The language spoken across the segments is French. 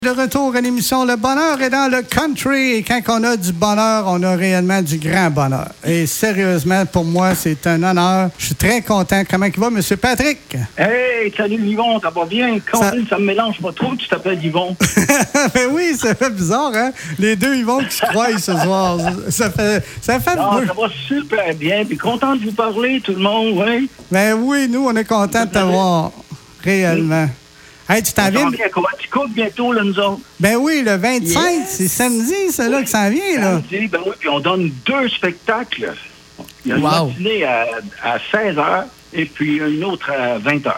De retour à l'émission Le Bonheur est dans le country. Et quand on a du bonheur, on a réellement du grand bonheur. Et sérieusement, pour moi, c'est un honneur. Je suis très content. Comment il va, M. Patrick? Hey, salut Yvon, ça va bien? Ça me mélange pas trop, tu t'appelles Yvon. Ben oui, ça fait bizarre, hein? Les deux Yvon qui se croient ce soir. Ça fait non, ça va super bien. Puis content de vous parler, tout le monde, oui. Ben oui, nous, on est contents de t'avoir. Réellement. Hey, tu t'en viens? On tu coupes bientôt, là, nous autres. Ben oui, le 25, yes. C'est samedi, c'est là que ça vient, là. Samedi, ben oui, puis on donne 2 spectacles. Il y a une matinée à 16h et puis une autre à 20h.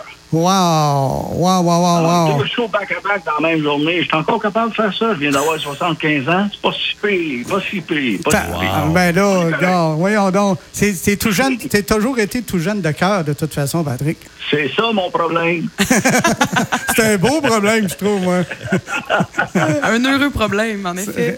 Wow. 2 shows back-à-back dans la même journée. Je suis encore capable de faire ça. Je viens d'avoir 75 ans. C'est pas si pire. Ben là, regarde, voyons donc. T'es tout jeune, t'as toujours été tout jeune de cœur, de toute façon, Patrick. C'est ça, mon problème. C'est un beau problème, je trouve, moi. Un heureux problème, en effet.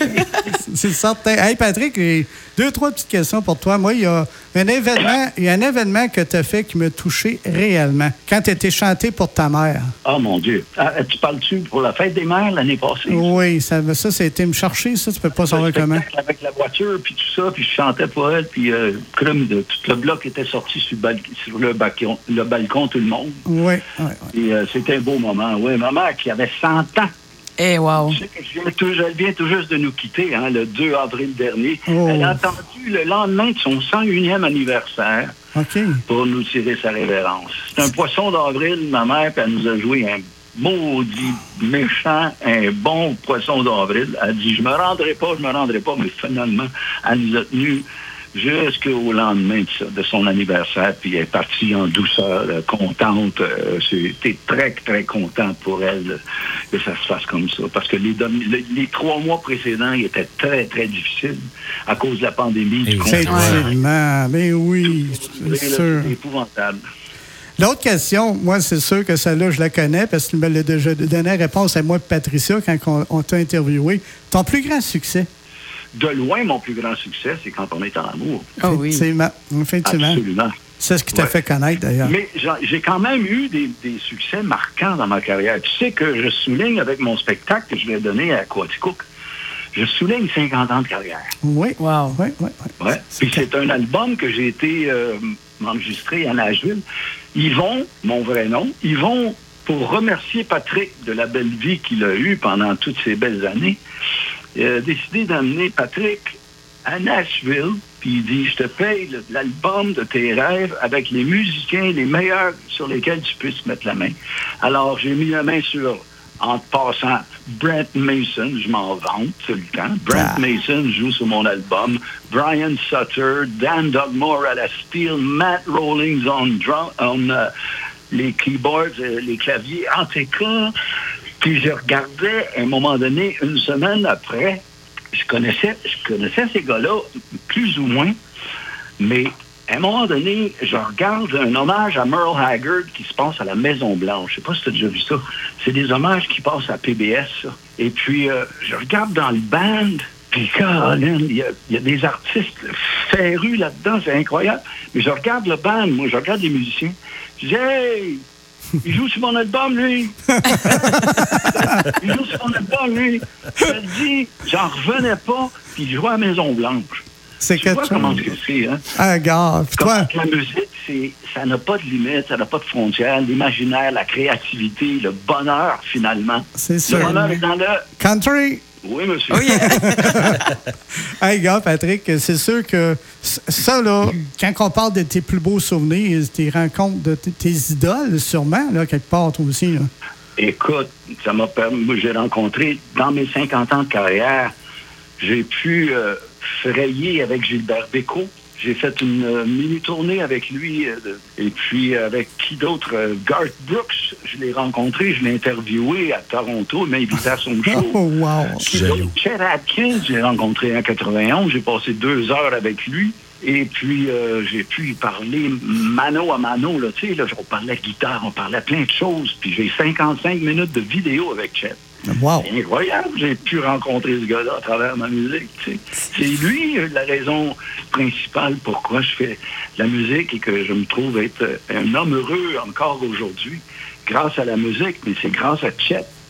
C'est certain. Hey, Patrick, j'ai 2-3 petites questions pour toi. Moi, il y a un événement que tu as fait qui m'a touché réellement. Quand tu étais chanté pour ta mère. Oh, mon Dieu. Tu parles-tu pour la fête des mères l'année passée? Oui, ça a été me chercher, ça. Tu peux pas savoir comment. Avec la voiture, puis tout ça, puis je chantais pour elle, puis tout le bloc était sorti sur le balcon, tout le monde. Oui. Et c'était un beau moment. Oui, ma mère qui avait 100 ans. Eh, wow. Je sais que elle vient tout juste de nous quitter, hein, le 2 avril dernier. Oh. Elle a attendu le lendemain de son 101e anniversaire pour nous tirer sa révérence. C'est un poisson d'avril, ma mère, puis elle nous a joué un maudit méchant, un bon poisson d'avril. Elle a dit, je me rendrai pas, mais finalement, elle nous a tenus jusqu'au lendemain de son anniversaire, puis elle est partie en douceur, contente. J'étais très, très content pour elle que ça se fasse comme ça. Parce que les 3 mois précédents, ils étaient très, très difficiles à cause de la pandémie. Effectivement, mais oui, c'est sûr. C'est épouvantable. L'autre question, moi, c'est sûr que celle-là, je la connais parce qu'il me l'a déjà donné réponse à moi et Patricia quand on t'a interviewé. Ton plus grand succès? De loin, mon plus grand succès, c'est quand on est en amour. Oh oui. Effectivement. Absolument. C'est ce qui t'a fait connaître, d'ailleurs. Mais j'ai quand même eu des succès marquants dans ma carrière. Tu sais que je souligne avec mon spectacle que je vais donner à Quaticook, je souligne 50 ans de carrière. Oui. Wow. Oui. Puis c'est un album que j'ai été enregistré à Nashville. Yvon, mon vrai nom, Yvon, pour remercier Patrick de la belle vie qu'il a eue pendant toutes ces belles années, il a décidé d'amener Patrick à Nashville, puis il dit, je te paye l'album de tes rêves avec les musiciens les meilleurs sur lesquels tu puisses mettre la main. Alors, j'ai mis la main sur, en passant, Brent Mason, je m'en vante tout le temps. Brent Mason joue sur mon album. Brian Sutter, Dan Dugmore à la steel, Matt Rawlings on les keyboards, les claviers, en tout cas. Puis je regardais, à un moment donné, une semaine après, je connaissais ces gars-là, plus ou moins, mais à un moment donné, je regarde un hommage à Merle Haggard qui se passe à la Maison-Blanche. Je sais pas si tu as déjà vu ça. C'est des hommages qui passent à PBS, ça. Et puis, je regarde dans le band, puis Colin, il y a des artistes férus là-dedans, c'est incroyable. Mais je regarde le band, moi, je regarde les musiciens. Je dis, hey! Il joue sur mon album, lui. Il joue sur mon album, lui. Je te dis, j'en revenais pas, puis il jouait à Maison-Blanche. C'est tu vois comment c'est, hein? Ah, gars, toi. La musique, ça n'a pas de limite, ça n'a pas de frontières. L'imaginaire, la créativité, le bonheur, finalement. C'est sûr. Le bonheur est dans le... Country. Oui, monsieur. Oh yeah. Hey, gars, Patrick, c'est sûr que ça, là, quand on parle de tes plus beaux souvenirs, tes rencontres de tes idoles, sûrement, là, quelque part, toi aussi, là. Écoute, ça m'a permis... Moi, j'ai rencontré, dans mes 50 ans de carrière, j'ai pu frayer avec Gilbert Bécaud. J'ai fait une mini-tournée avec lui. Et puis, avec qui d'autre? Garth Brooks, je l'ai rencontré, je l'ai interviewé à Toronto, il m'a invité à son show. Oh, wow! Chet Atkins, je l'ai rencontré en 91. J'ai passé 2 heures avec lui. Et puis, j'ai pu parler mano à mano. Là, tu sais, là, on parlait guitare, on parlait plein de choses. Puis, j'ai 55 minutes de vidéo avec Chet. Wow. C'est incroyable, j'ai pu rencontrer ce gars-là à travers ma musique. Tu sais. C'est lui la raison principale pourquoi je fais la musique et que je me trouve être un homme heureux encore aujourd'hui grâce à la musique, mais c'est grâce à Chet.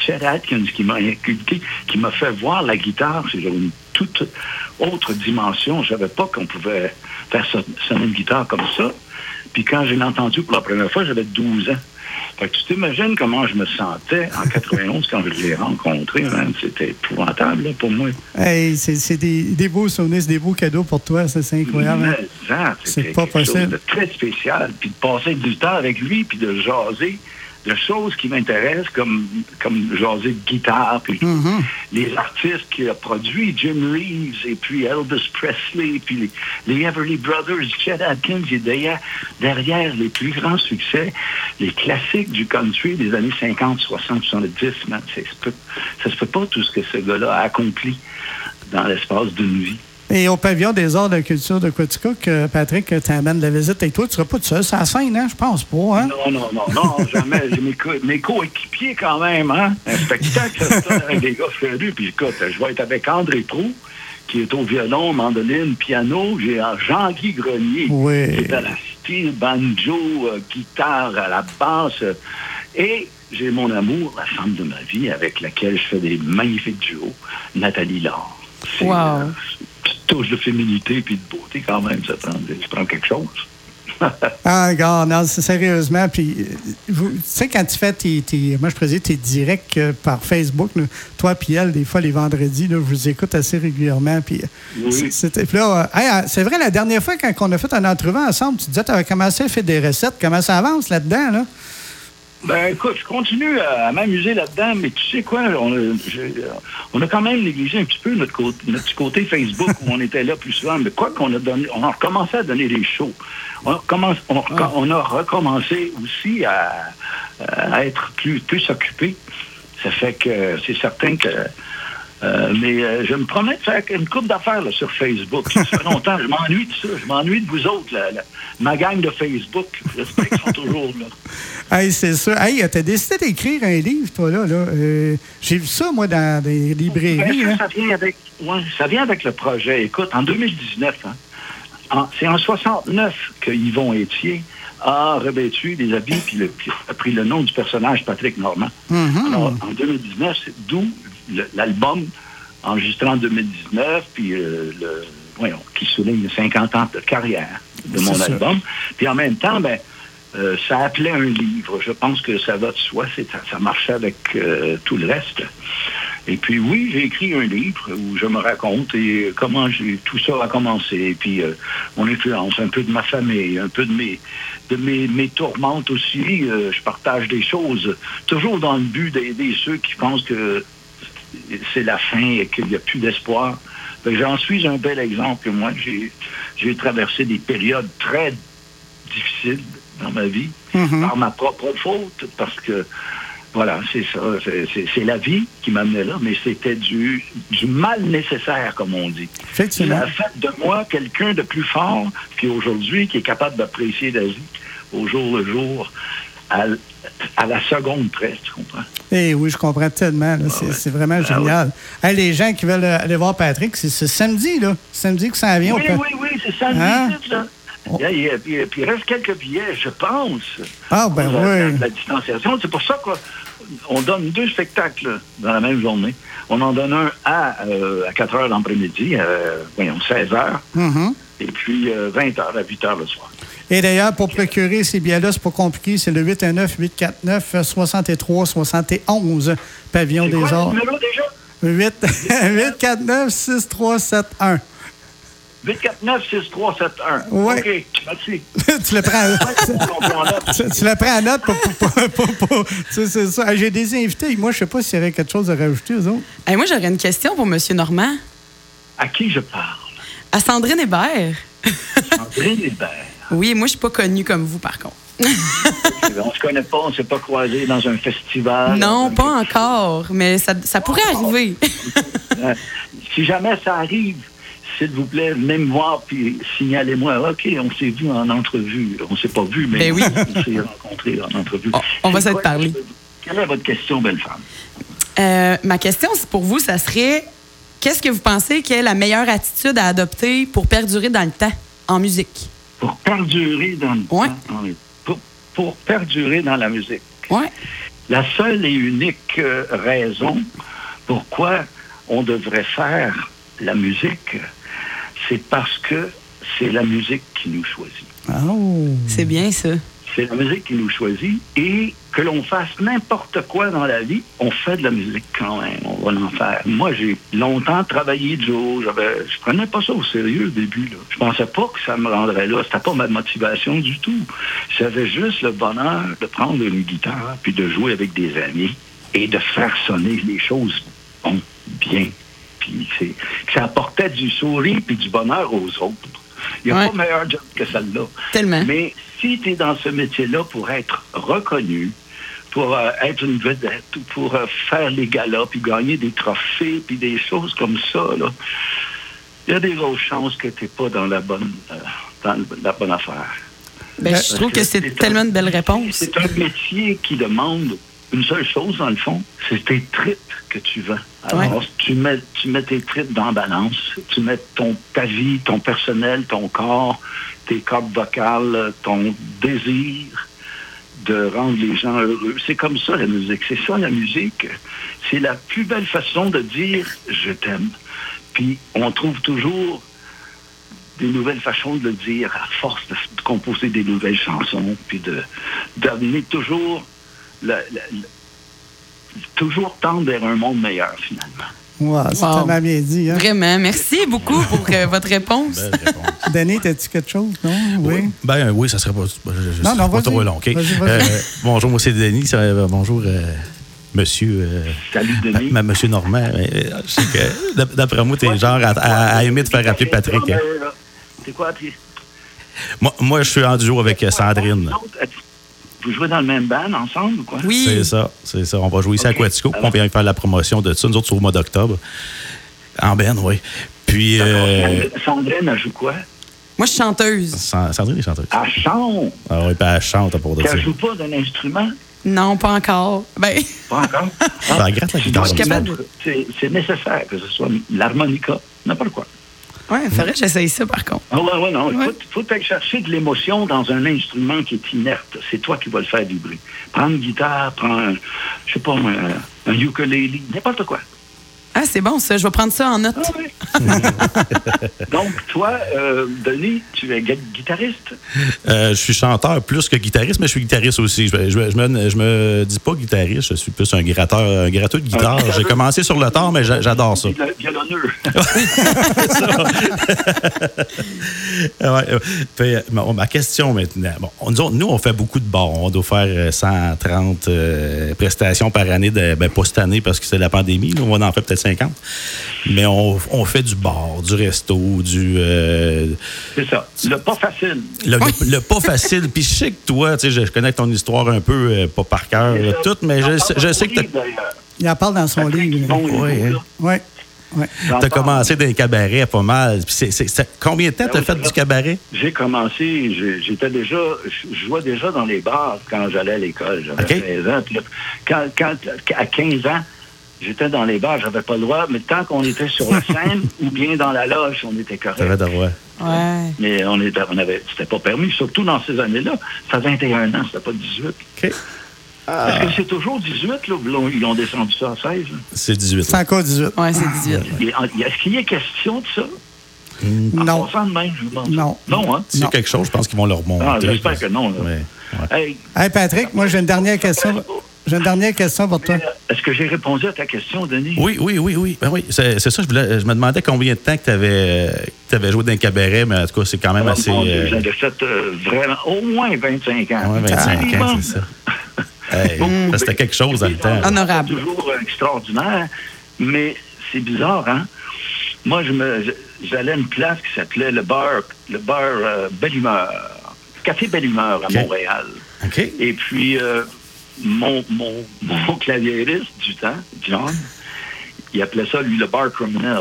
Chet Atkins qui m'a inculqué, qui m'a fait voir la guitare sur une toute autre dimension. Je savais pas qu'on pouvait faire sonner une guitare comme ça. Puis quand je l'ai entendu pour la première fois, j'avais 12 ans. Fait que tu t'imagines comment je me sentais en 91 quand je l'ai rencontré. Hein? C'était épouvantable là, pour moi. Hey, c'est des beaux souvenirs, c'est des beaux cadeaux pour toi. Ça, c'est incroyable. C'est pas possible. Chose de très spécial. Puis de passer du temps avec lui, puis de jaser de choses qui m'intéressent, comme jaser de guitare, puis les artistes qu'il a produits, Jim Reeves, et puis Elvis Presley, puis les Everly Brothers, Chet Atkins, et derrière les plus grands succès, les classiques du country des années 50, 60, 70, man, ça se peut pas tout ce que ce gars-là a accompli dans l'espace d'une vie. Et au pavillon des arts de la culture de Quaticook, Patrick, tu amènes la visite avec toi. Tu seras pas tout seul, c'est la scène, hein? Je pense pas, hein? Non, jamais. J'ai mes coéquipiers quand même, hein? Un spectacle, ça se donne avec des gars férus. Puis écoute, je vais être avec André Proulx, qui est au violon, mandoline, piano. J'ai Jean-Guy Grenier, qui est à la style, banjo, guitare, à la basse. Et j'ai mon amour, la femme de ma vie, avec laquelle je fais des magnifiques duos, Nathalie Laure. Wow. Touche de féminité puis de beauté quand même, ça prend quelque chose. Ah, regarde, non, sérieusement. Puis, tu sais, quand tu fais moi, je prédis tes directs par Facebook, là, toi puis elle, des fois, les vendredis, là, je vous écoute assez régulièrement. Puis, oui. C'est vrai, la dernière fois, quand on a fait une entrevue ensemble, tu disais que tu avais commencé à faire des recettes. Comment ça avance là-dedans, là? Ben, écoute, je continue à m'amuser là-dedans, mais tu sais quoi, on a quand même négligé un petit peu notre petit côté Facebook où on était là plus souvent, mais quoi qu'on a recommencé à donner des shows. On a recommencé aussi à être plus occupé. Ça fait que c'est certain que... mais je me promets de faire une couple d'affaires là, sur Facebook. Ça fait longtemps. Je m'ennuie de ça. Je m'ennuie de vous autres, ma gang de Facebook. J'espère qu'ils sont toujours là. Hey, c'est ça. Hey, t'as décidé d'écrire un livre, toi, là. J'ai vu ça, moi, dans des librairies. Ben, ça vient avec le projet. Écoute, en 2019, c'est en 69 que Yvon Étier a revêtu des habits puis a pris le nom du personnage Patrick Normand. Alors, en 2019, c'est d'où l'album enregistré en 2019, puis qui souligne les 50 ans de carrière de mon album. Puis en même temps, ça appelait un livre. Je pense que ça va de soi. Ça marchait avec tout le reste. Et puis oui, j'ai écrit un livre où je me raconte et comment tout ça a commencé. Et puis mon influence, un peu de ma famille, un peu de mes tourmentes aussi. Je partage des choses, toujours dans le but d'aider ceux qui pensent que c'est la fin et qu'il n'y a plus d'espoir. J'en suis un bel exemple. Moi, j'ai traversé des périodes très difficiles dans ma vie, par ma propre faute, parce que, voilà, c'est ça, c'est la vie qui m'amenait là, mais c'était du mal nécessaire, comme on dit. Ça a fait de moi quelqu'un de plus fort, puis aujourd'hui, qui est capable d'apprécier la vie au jour le jour, à la seconde près, tu comprends? Eh oui, je comprends tellement. Là. C'est vraiment génial. Ouais. Hey, les gens qui veulent aller voir Patrick, c'est ce samedi, là. Samedi que ça vient. Oui, c'est samedi, là. Puis il reste quelques billets, je pense. Ah, ben oui. La distanciation. C'est pour ça qu'on donne 2 spectacles dans la même journée. On en donne un à 4 heures l'après-midi, 16 heures. Et puis 20 heures à 8 heures le soir. Et d'ailleurs, pour procurer ces billets-là, c'est pas compliqué. C'est le 819-849-6371, Pavillon des Arts. C'est quoi le numéro déjà? 849-6371. 849-6371. Oui. OK, merci. Tu le prends en note pour c'est ça. Hey, j'ai des invités. Moi, je sais pas s'il y avait quelque chose à rajouter, eux autres. Hey, moi, j'aurais une question pour M. Normand. À qui je parle? À Sandrine Hébert. Sandrine Hébert. Oui, moi, je suis pas connue comme vous, par contre. On se connaît pas, on s'est pas croisés dans un festival. Non, pas encore, mais ça pourrait arriver. Si jamais ça arrive, s'il vous plaît, venez me voir puis signalez-moi. OK, on s'est vu en entrevue. On s'est pas vu, mais oui. On s'est rencontrés en entrevue. On va s'être parlé. Quelle est votre question, belle femme? Ma question, c'est pour vous, ça serait... Qu'est-ce que vous pensez qu'est la meilleure attitude à adopter pour perdurer dans le temps en musique? Pour perdurer dans le temps? Pour perdurer dans la musique. Oui. La seule et unique raison pourquoi on devrait faire la musique, c'est parce que c'est la musique qui nous choisit. Oh. C'est bien, ça. C'est la musique qui nous choisit et que l'on fasse n'importe quoi dans la vie, on fait de la musique quand même. On va en faire. Moi, j'ai longtemps travaillé Joe. Je prenais pas ça au sérieux au début. Là. Je pensais pas que ça me rendrait là. C'était pas ma motivation du tout. J'avais juste le bonheur de prendre une guitare puis de jouer avec des amis et de faire sonner les choses bien. Puis que ça apportait du sourire puis du bonheur aux autres. Il n'y a pas meilleur job que celle-là. Tellement. Mais si tu es dans ce métier-là pour être reconnu, pour être une vedette, ou pour faire les galas, puis gagner des trophées, puis des choses comme ça, il y a des grosses chances que tu n'es pas dans la bonne affaire. Ben, je trouve que c'est tellement une belle réponse. C'est un métier qui demande une seule chose, dans le fond, c'est tes tripes que tu vends. Alors, tu mets tes tripes dans la balance, tu mets ta vie, ton personnel, ton corps, tes cordes vocales, ton désir de rendre les gens heureux. C'est comme ça, la musique. C'est ça, la musique. C'est la plus belle façon de dire « je t'aime ». Puis, on trouve toujours des nouvelles façons de le dire à force de composer des nouvelles chansons, puis d'amener toujours... toujours tendre vers un monde meilleur, finalement. Wow, c'est tellement bien dit. Hein? Vraiment. Merci beaucoup pour votre réponse. Belle réponse. Denis, t'as-tu quelque chose, non? Oui. Oui, ça serait pas, non, pas trop long. Okay? Vas-y. Bonjour, moi, c'est Denis. Bonjour, monsieur... Salut, Denis. Monsieur Normand. Je sais que, d'après moi, t'es genre à aimer te faire appeler Patrick. Hein? C'est quoi, tu... Moi, je suis en duo avec Sandrine. Vous jouez dans le même band ensemble ou quoi? Oui. C'est ça. On va jouer ici à Quatico. On vient faire la promotion de ça. Nous autres, c'est au mois d'octobre. En band, oui. Puis... Sandrine, elle joue quoi? Moi, je suis chanteuse. Sandrine est chanteuse. Elle chante? Ah oui, puis elle chante pour dire ça. Elle joue pas d'un instrument? Non, pas encore. Ben... Pas encore? Elle gratte la guitare. C'est nécessaire que ce soit l'harmonica, n'importe quoi. Oui, il faudrait que j'essaye ça, par contre. Ah ouais, non. Il faut aller chercher de l'émotion dans un instrument qui est inerte. C'est toi qui vas le faire vibrer. Prends une guitare, un ukulélé, n'importe quoi. Ah, c'est bon, ça. Je vais prendre ça en note. Ah, oui. Donc, toi, Denis, tu es guitariste? Je suis chanteur plus que guitariste, mais je suis guitariste aussi. Je me dis pas guitariste, je suis plus un gratteux de guitare. J'ai commencé sur le tard, mais j'adore ça. Violonneux. Ma question maintenant. Bon, nous, on fait beaucoup de bars. On doit faire 130 prestations par année. Pas cette année parce que c'est la pandémie. Là, on en fait peut-être 50. Mais on fait du bar, du resto, c'est ça. Le pas facile. Le pas facile. Puis je sais que toi, je connais ton histoire un peu, pas par cœur, tout, mais je sais que il en parle dans son livre. Oui. Tu as commencé dans les cabarets pas mal. Puis combien de temps tu as fait du cabaret? J'ai commencé, je jouais déjà dans les bars quand j'allais à l'école. J'avais 16 ans. Puis là, à 15 ans, j'étais dans les bars, j'avais pas le droit, mais tant qu'on était sur la scène ou bien dans la loge, on était correct. T'avais le droit. Ouais. Mais c'était pas permis, surtout dans ces années-là. Ça fait 21 ans, c'était pas 18. OK. Est-ce que c'est toujours 18, là? Ils ont descendu ça à 16. Là? C'est 18. C'est encore 18. Oui, c'est 18. Est-ce qu'il y a question de ça? Non. En de même, je vous demande. Non. Non, hein? S'il y a quelque chose, je pense qu'ils vont leur remonter. J'espère que non. Là. Ouais. Hey, Patrick, moi, j'ai une dernière question. J'ai une dernière question pour toi. Est-ce que j'ai répondu à ta question, Denis? Oui. Ben oui, c'est ça. Je me demandais combien de temps que tu avais joué dans un cabaret, mais en tout cas, c'est quand même assez... J'avais fait vraiment au moins 25 ans. Au moins 25 ans, c'est ça. Hey, c'était quelque chose dans le temps. Honorable. C'est toujours extraordinaire, mais c'est bizarre, hein? Moi, j'allais à une place qui s'appelait le bar Belle Humeur. Café Belle Humeur à Montréal. OK. Et puis... Mon claviériste du temps, John, il appelait ça, lui, le bar criminel.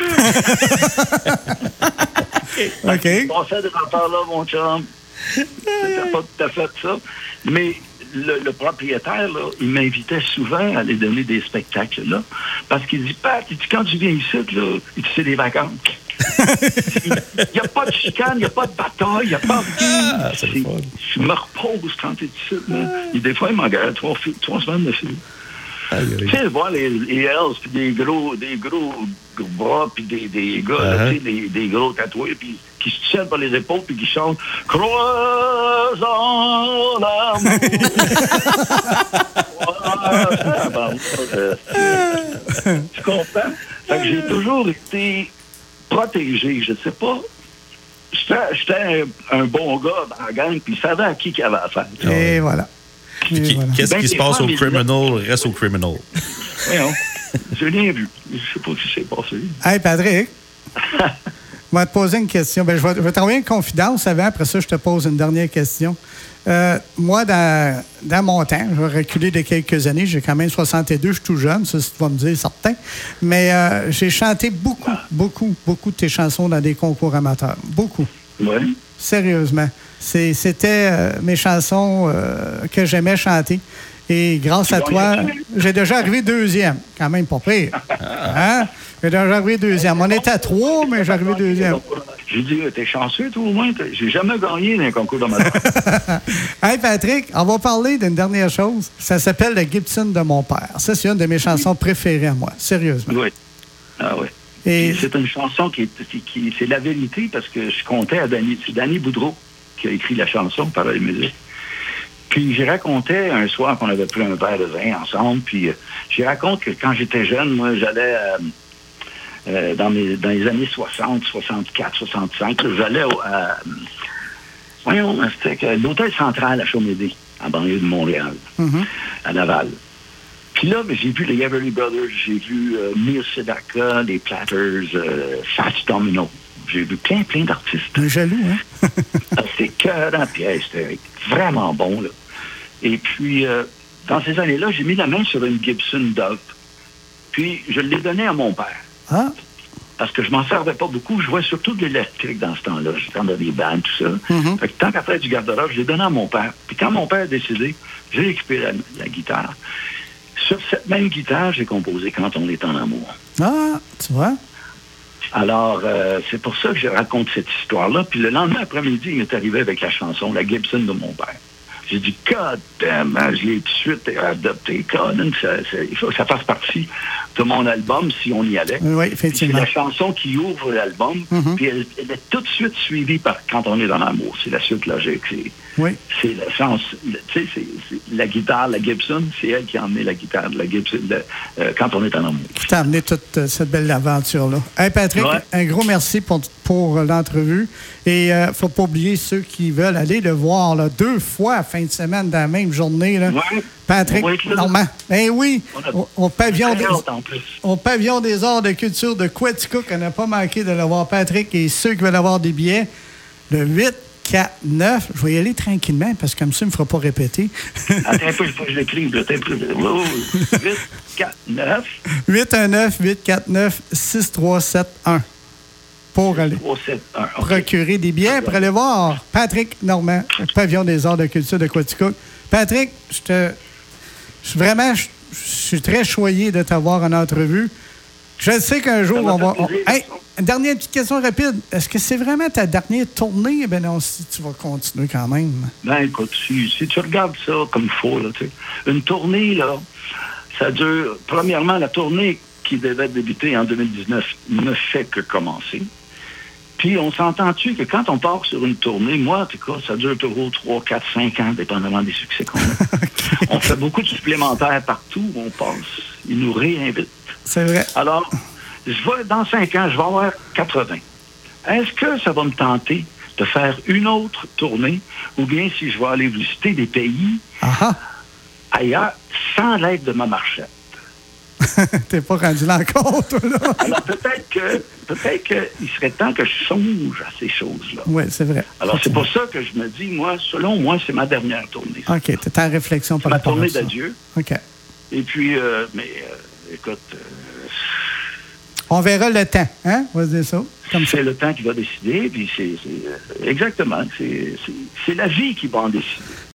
OK. Il passait devant par là, mon chum. C'était pas tout à fait ça. Mais le propriétaire, là, il m'invitait souvent à aller donner des spectacles, là. Parce qu'il dit, Pat, quand tu viens ici, là, c'est des vacances. Il n'y a pas de chicane, il n'y a pas de bataille, il n'y a pas de... c'est le fun. Je me repose quand t'es ici. Et des fois, il m'en garde 3 semaines de fil. Tu sais, voir les Hells, puis des gros bras, puis des gars, tu sais, des gros tatoués, puis qui se tiennent par les épaules, puis qui chantent « Croisons l'amour ». Tu comprends? Fait que j'ai toujours été protégé. Je ne sais pas. J'étais un bon gars dans la gang, puis il savait à qui il avait affaire. Et voilà. Qu'est-ce qui se passe au criminal reste au criminal. Voyons. J'ai rien vu. Je ne sais pas ce qui s'est passé. Hey, Patrick. Je vais te poser une question. Ben, je vais t'envoyer une confidence avant. Après ça, je te pose une dernière question. Moi, dans mon temps, je vais reculer de quelques années. J'ai quand même 62. Je suis tout jeune, ça, tu vas me dire, certain. Mais j'ai chanté beaucoup de tes chansons dans des concours amateurs. Beaucoup. Oui. Sérieusement. C'était mes chansons que j'aimais chanter. Et grâce à toi, j'ai déjà arrivé deuxième. Quand même pas pire. Hein? J'ai déjà arrivé deuxième. On était à 3, mais j'ai arrivé deuxième. J'ai dit, t'es chanceux, toi, au moins. J'ai jamais gagné dans un concours d'amateur. Hey, Patrick, on va parler d'une dernière chose. Ça s'appelle le Gibson de mon père. Ça, c'est une de mes chansons préférées à moi. Sérieusement. Oui. Ah oui. Et c'est une chanson qui c'est la vérité parce que je comptais à Danny. C'est Danny Boudreau qui a écrit la chanson par la musique. Puis j'ai raconté un soir qu'on avait pris un verre de vin ensemble, puis j'ai raconté que quand j'étais jeune, moi, j'allais dans les années 60, 64, 65, j'allais c'était l'hôtel central à Chaumédé, en banlieue de Montréal, à Laval. Puis là, j'ai vu les Everly Brothers, j'ai vu Neil Sedaka, les Platters, Fats Domino. J'ai vu plein d'artistes. Jaloux, hein? C'était écœurant, puis c'était vraiment bon, là. Et puis, dans ces années-là, j'ai mis la main sur une Gibson Dove. Puis, je l'ai donnée à mon père. Ah! Parce que je m'en servais pas beaucoup. Je jouais surtout de l'électrique dans ce temps-là. J'étais dans des bandes, tout ça. Fait que tant qu'à faire du garde-robe, je l'ai donné à mon père. Puis quand mon père a décidé, j'ai récupéré la guitare. Sur cette même guitare, j'ai composé « Quand on est en amour ». Ah, tu vois? Alors, c'est pour ça que je raconte cette histoire-là. Puis le lendemain après-midi, il est arrivé avec la chanson « La Gibson de mon père ». J'ai dit, God damn, je l'ai tout de suite adopté. Il faut que ça fasse partie de mon album si on y allait. Oui, effectivement. C'est la chanson qui ouvre l'album. Puis elle est tout de suite suivie par Quand on est dans l'amour. C'est la suite logique. C'est la chance. Tu sais, c'est la guitare, la Gibson, c'est elle qui a emmené la guitare de la Gibson Quand on est en amour. Qui t'a amené toute cette belle aventure-là. Hey, Patrick, un gros merci pour l'entrevue. Et il ne faut pas oublier ceux qui veulent aller le voir là, 2 fois à fin de semaine dans la même journée. Là. Ouais. Patrick Normand. Ben oui, au pavillon des arts de culture de Quaticook. On n'a pas manqué de l'avoir, Patrick. Et ceux qui veulent avoir des billets, le 8, 4, 9. Je vais y aller tranquillement parce que comme ça, il ne me fera pas répéter. Attends un peu, il faut que je l'écrive. 8, 4, 9. 819 849 6371. Pour aller procurer des billets pour aller voir Patrick Normand, pavillon des arts de culture de Quaticook. Patrick, je suis très choyé de t'avoir en entrevue. Je sais qu'un jour, on va... Hey, une dernière petite question rapide. Est-ce que c'est vraiment ta dernière tournée? Ben non, si tu vas continuer quand même. Ben écoute, si tu regardes ça comme il faut, là, tu sais, une tournée, là, ça dure... Premièrement, la tournée qui devait débuter en 2019 ne fait que commencer. Puis, on s'entend-tu que quand on part sur une tournée, moi, en tout cas, ça dure toujours 3, 4, 5 ans, dépendamment des succès qu'on a. Okay. On fait beaucoup de supplémentaires partout où on passe. Ils nous réinvitent. C'est vrai. Alors, dans 5 ans, je vais avoir 80. Est-ce que ça va me tenter de faire une autre tournée ou bien si je vais aller visiter des pays ailleurs sans l'aide de ma marchette? T'es pas rendu là encore, toi, là. Alors, peut-être qu'il serait temps que je songe à ces choses-là. Oui, c'est vrai. Alors, c'est pour ça que je me dis, moi, selon moi, c'est ma dernière tournée. OK, t'es en réflexion par rapport à ça. Ma tournée d'adieu. OK. Et puis, écoute... on verra le temps, hein? On va dire ça. C'est le temps qui va décider, puis c'est exactement. C'est la vie qui va en décider.